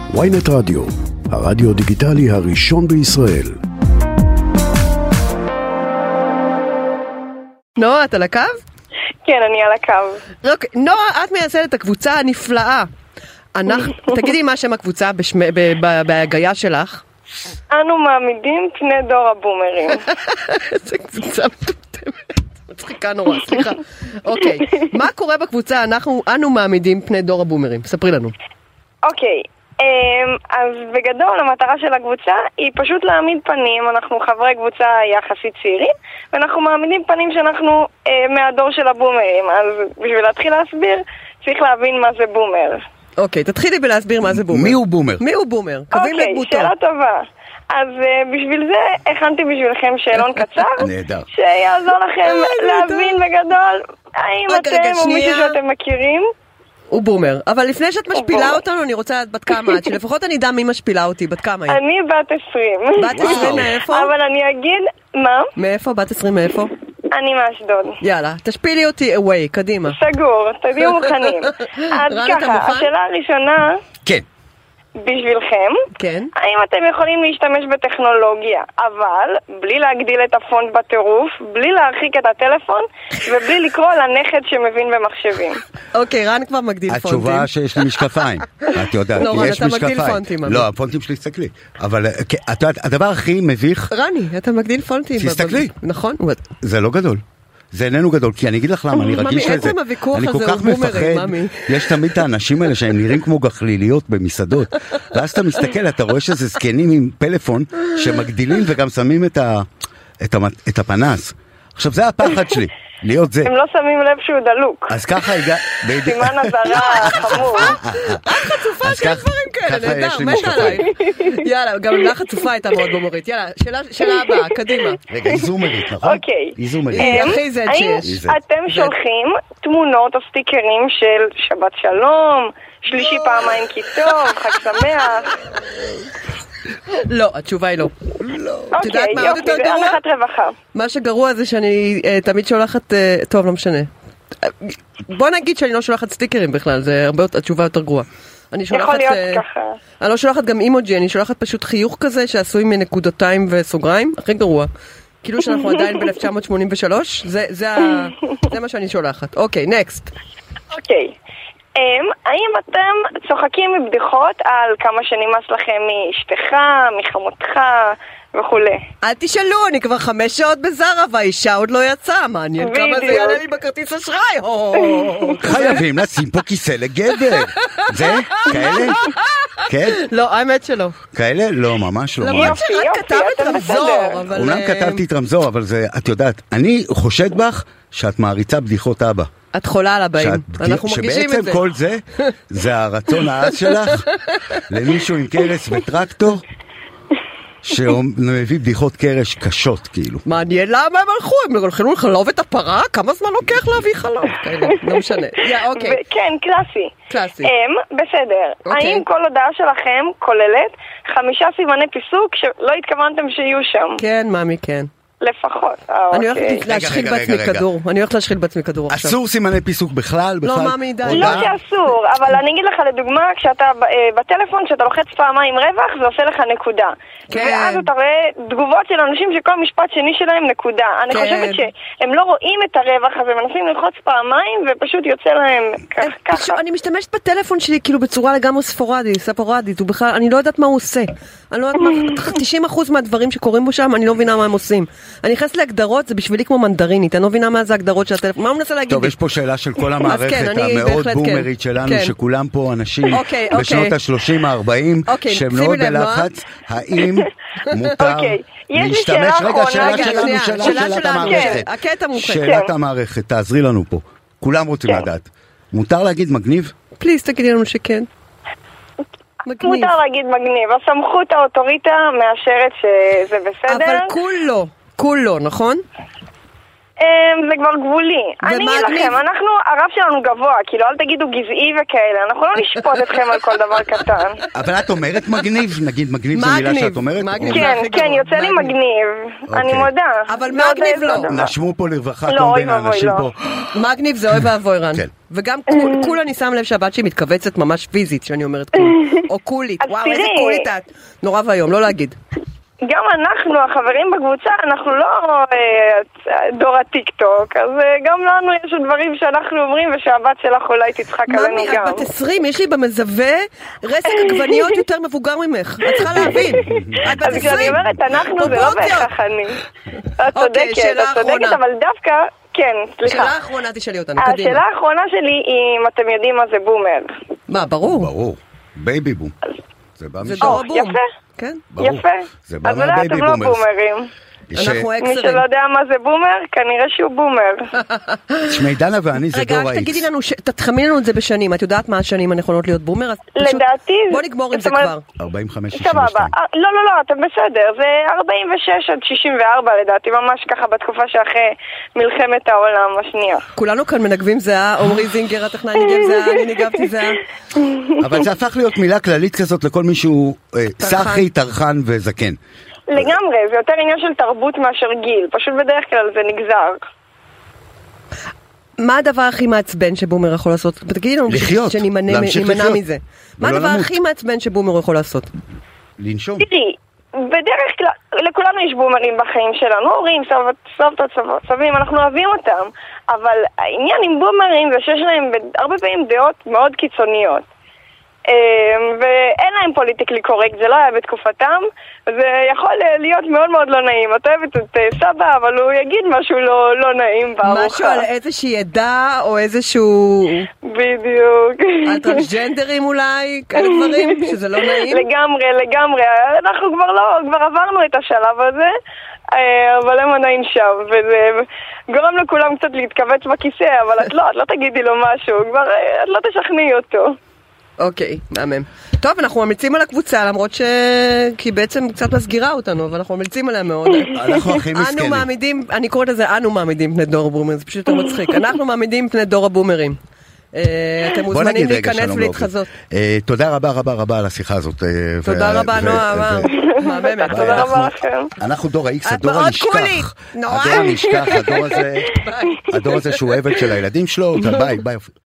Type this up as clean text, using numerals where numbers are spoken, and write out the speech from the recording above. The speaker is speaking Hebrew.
ynet רדיו, הרדיו דיגיטלי הראשון בישראל. נועה, את על הקו? כן, אני על הקו. נועה, את מייסדת את הקבוצה הנפלאה. תגידי מה שם הקבוצה בהגייה שלך. אנו מעמידים פני דור הבומרים. איזה קבוצה מטומטמת. מצחיקה נורא, סליחה. אוקיי, מה קורה בקבוצה אנו מעמידים פני דור הבומרים? ספרי לנו. אוקיי, אז בגדול המטרה של הקבוצה היא פשוט להעמיד פנים. אנחנו חברי קבוצה יחסית צעירים, ואנחנו מעמידים פנים שאנחנו מהדור של הבומרים. אז בשביל להתחיל להסביר, צריך להבין מה זה בומר. אוקיי, תתחילי בלהסביר מה זה בומר. מי הוא בומר? מי הוא בומר? קווים לדמותו. אוקיי, שאלה טובה. אז בשביל זה הכנתי בשבילכם שאלון קצר, שיעזור לכם להבין בגדול האם אתם או מישהו שאתם מכירים. הוא בומר. אבל לפני שאת משפילה אותנו, אני רוצה לדעת בת כמה את, שלפחות אני אדע מי משפילה אותי, בת כמה היא. אני בת 20. בת 20 מאיפה? אבל אני אגיד, מה? מאיפה? בת 20 מאיפה? אני מאשדוד. יאללה, תשפילי אותי away, קדימה. סגור, תביאו מוכנים. אז ככה, השאלה הראשונה... כן. בשבילכם, כן. האם אתם יכולים להשתמש בטכנולוגיה, אבל בלי להגדיל את הפונט בטירוף, בלי להרחיק את הטלפון, ובלי לקרוא לנכד שמבין במחשבים? אוקיי, רן כבר מגדיל פונטים. התשובה שיש לי משקפיים. את יודעת, לא, רן, יש אתה מגדיל משקפיים. פונטים. לא, הפונטים שלי תסתכלי. אבל את יודעת, הדבר הכי מביך... רני, אתה מגדיל פונטים. תסתכלי. נכון. זה לא גדול. זה איננו גדול, כי אני אגיד לך למה, אני רגיש לזה. אני כל כך מפחד, יש תמיד את האנשים האלה שהם נראים כמו גחליליות במסעדות, ואז אתה מסתכל, אתה רואה שזה זקנים עם פלאפון שמגדילים וגם שמים את הפנס. עכשיו זה הפחד שלי, להיות זה. הם לא שמים לב שהוא דלוק. אז ככה סימן הזרה חמור. חצופה של דברים כאלה, נהדר, מתה עליי. יאללה, גם מילה חצופה הייתה מאוד בומרית. יאללה, שאלה הבאה, קדימה. רגע, היא זומרית, נכון? אוקיי. היא זומרית. הכי זד שיש. האם אתם שולחים תמונות או סטיקרים של שבת שלום, שלישי פעמיים כי טוב, חג שמח? לא, התשובה היא לא. אוקיי, יופי, זה הנחת רווחה. מה שגרוע זה שאני תמיד שולחת, טוב, לא משנה. בוא נגיד שאני לא שולחת סטיקרים בכלל, זה הרבה יותר, התשובה יותר גרועה. יכול להיות ככה. אני לא שולחת גם אימוג'י, אני שולחת פשוט חיוך כזה שעשוי מנקודותיים וסוגריים, הכי גרוע. כאילו שאנחנו עדיין ב-1983, זה מה שאני שולחת. אוקיי, נקסט. אוקיי. האם אתם צוחקים מבדיחות על כמה שנמאס לכם מאשתך, מחמותך וכולי? אל תשאלו, אני כבר 5 שעות בזרה והאישה עוד לא יצאה, מעניין כמה זה יעלה לי בכרטיס אשראי. חייבים לשים פה כיסא לגבר. זה? כאלה? כן? לא, האמת שלא. כאלה? לא, ממש לא. למרות שרק כתבת רמזור. אומנם כתבתי את רמזור, אבל זה, את יודעת, אני חושד בך שאת מעריצה בדיחות אבא. את חולה על הבאים, אנחנו מרגישים את זה. שבעצם כל זה הרצון העז שלך למישהו עם קרס וטרקטור שמביא בדיחות קרש קשות, כאילו. מעניין למה הם הלכו, הם הולכים לחלוב את הפרה? כמה זמן לוקח להביא חלוב? כאלה, לא משנה. אוקיי. כן, קלאסי. קלאסי. בסדר. האם כל הודעה שלכם כוללת 5 סימני פיסוק שלא התכוונתם שיהיו שם? כן, מאמי, כן. לפחות. אני הולכת להשחיל בעצמי כדור. אני הולכת להשחיל בעצמי כדור עכשיו. אסור סימני פיסוק בכלל? לא, מאמי, די. לא שאסור, אבל אני אגיד לך לדוגמה, כשאתה בטלפון, כשאתה לוחץ פעמיים רווח, זה עושה לך נקודה. ואז אתה רואה תגובות של אנשים שכל משפט שני שלהם נקודה. אני חושבת שהם לא רואים את הרווח הזה, מנסים ללחוץ פעמיים, ופשוט יוצא להם ככה. אני משתמשת בטלפון שלי כאילו בצורה לגמרי ספורדית, ובכלל, אני לא יודעת מה הוא עושה. אני לא יודעת מה, 90% מהדברים שקורים בו שם, אני לא מבינה מה הם עושים. אני נכנסת להגדרות, זה בשבילי כמו מנדרינית, אני לא מבינה מה זה הגדרות של הטלפון, מה הוא מנסה להגיד לי? טוב, יש פה שאלה של כל המערכת המאוד בומרית שלנו, שכולם פה אנשים בשנות ה-30, ה-40, שהם מאוד בלחץ, האם מותר להשתמש, רגע, שאלת המערכת, שאלת המערכת, תעזרי לנו פה, כולם רוצים לדעת, מותר להגיד מגניב? פליז, תגידי לנו שכן. מותר להגיד מגניב, הסמכות האוטוריטה מאשרת שזה בסדר. אבל כולו, נכון? זה כבר גבולי. אני אגיד לכם, הרב שלנו גבוה, כאילו אל תגידו גזעי וכאלה, אנחנו לא נשפוט אתכם על כל דבר קטן. אבל את אומרת מגניב? נגיד מגניב זו מילה שאת אומרת? כן, יוצא לי מגניב, אני מודה. אבל מגניב לא. נשמו פה לרווחת לא בין האנשים פה. מגניב זה אוי ואבוי רן. וגם קול אני שם לב שהבת שהיא מתכווצת ממש פיזית, שאני אומרת קול. או קולית, וואו איזה קולית את. נורא והיום, לא להגיד. גם אנחנו, החברים בקבוצה, אנחנו לא דור הטיק-טוק, אז גם לנו יש דברים שאנחנו אומרים ושהבת שלך אולי תצחק עלינו גם. ממי, את בת 20, יש לי במזווה רסק עגבניות יותר מבוגר ממך, את צריכה להבין. את בת 20. אז כשאני אומרת אנחנו זה לא בהכרח אני. את צודקת, אבל דווקא, כן, סליחה. שאלה האחרונה תשאלי אותנו, קדימה. השאלה האחרונה שלי היא אם אתם יודעים מה זה בומר. מה, ברור. ברור, בייבי בום. זה דור הבום. יפה. כן? יפה. אז אולי אתם לא בומרים. אנחנו אקסרים. מי שלא יודע מה זה בומר, כנראה שהוא בומר. תשמעי, דנה ואני זה דור ה-X. רגע, תגידי לנו, תתחמי לנו את זה בשנים. את יודעת מה השנים הנכונות להיות בומר? לדעתי... בוא נגמור עם זה כבר. 45-62. לא, אתם בסדר. זה 46 עד 64 לדעתי, ממש ככה בתקופה שאחרי מלחמת העולם השנייה. כולנו כאן מנגבים זהה, עומרי זינגר, הטכנאי ניגב זהה, אני ניגבתי זהה. אבל זה הפך להיות מילה כללית כזאת לכל מישהו סחי, טרחן וזקן. לגמרי, זה יותר עניין של תרבות מאשר גיל, פשוט בדרך כלל זה נגזר. מה הדבר הכי מעצבן שבומר יכול לעשות? תגידי לנו שנמנע מזה. מה הדבר הכי מעצבן שבומר יכול לעשות? לנשום. תראי, בדרך כלל, לכולנו יש בומרים בחיים שלנו, הורים, סבתות, סבים, אנחנו אוהבים אותם, אבל העניין עם בומרים זה שיש להם הרבה פעמים דעות מאוד קיצוניות. ואין להם פוליטיקלי קורקט, זה לא היה בתקופתם, זה יכול להיות מאוד מאוד לא נעים. את אוהבת את סבא, אבל הוא יגיד משהו לא נעים בארוחה. משהו על איזושהי עדה או איזשהו... בדיוק. על טרנסג'נדרים אולי, כאלה דברים, שזה לא נעים? לגמרי. אנחנו כבר עברנו את השלב הזה, אבל הם עדיין שם, וזה גורם לכולם קצת להתכווץ בכיסא, אבל את לא תגידי לו משהו, כבר את לא תשכנעי אותו. אוקיי, מהמם. טוב, אנחנו ממליצים על הקבוצה, למרות כי בעצם קצת מסגירה אותנו, אבל אנחנו ממליצים עליה מאוד. אנחנו הכי מסכנים. אני קוראת לזה, אנו מעמידים פני דור הבומרים, זה פשוט יותר מצחיק. אנחנו מעמידים פני דור הבומרים. אתם מוזמנים להיכנס ולהתחזות. תודה רבה על השיחה הזאת. תודה רבה, נועה, מהממת. תודה רבה לכם. אנחנו דור ה-X, הדור הנשכח. הדור הזה שהוא עבד של הילדים שלו. ביי.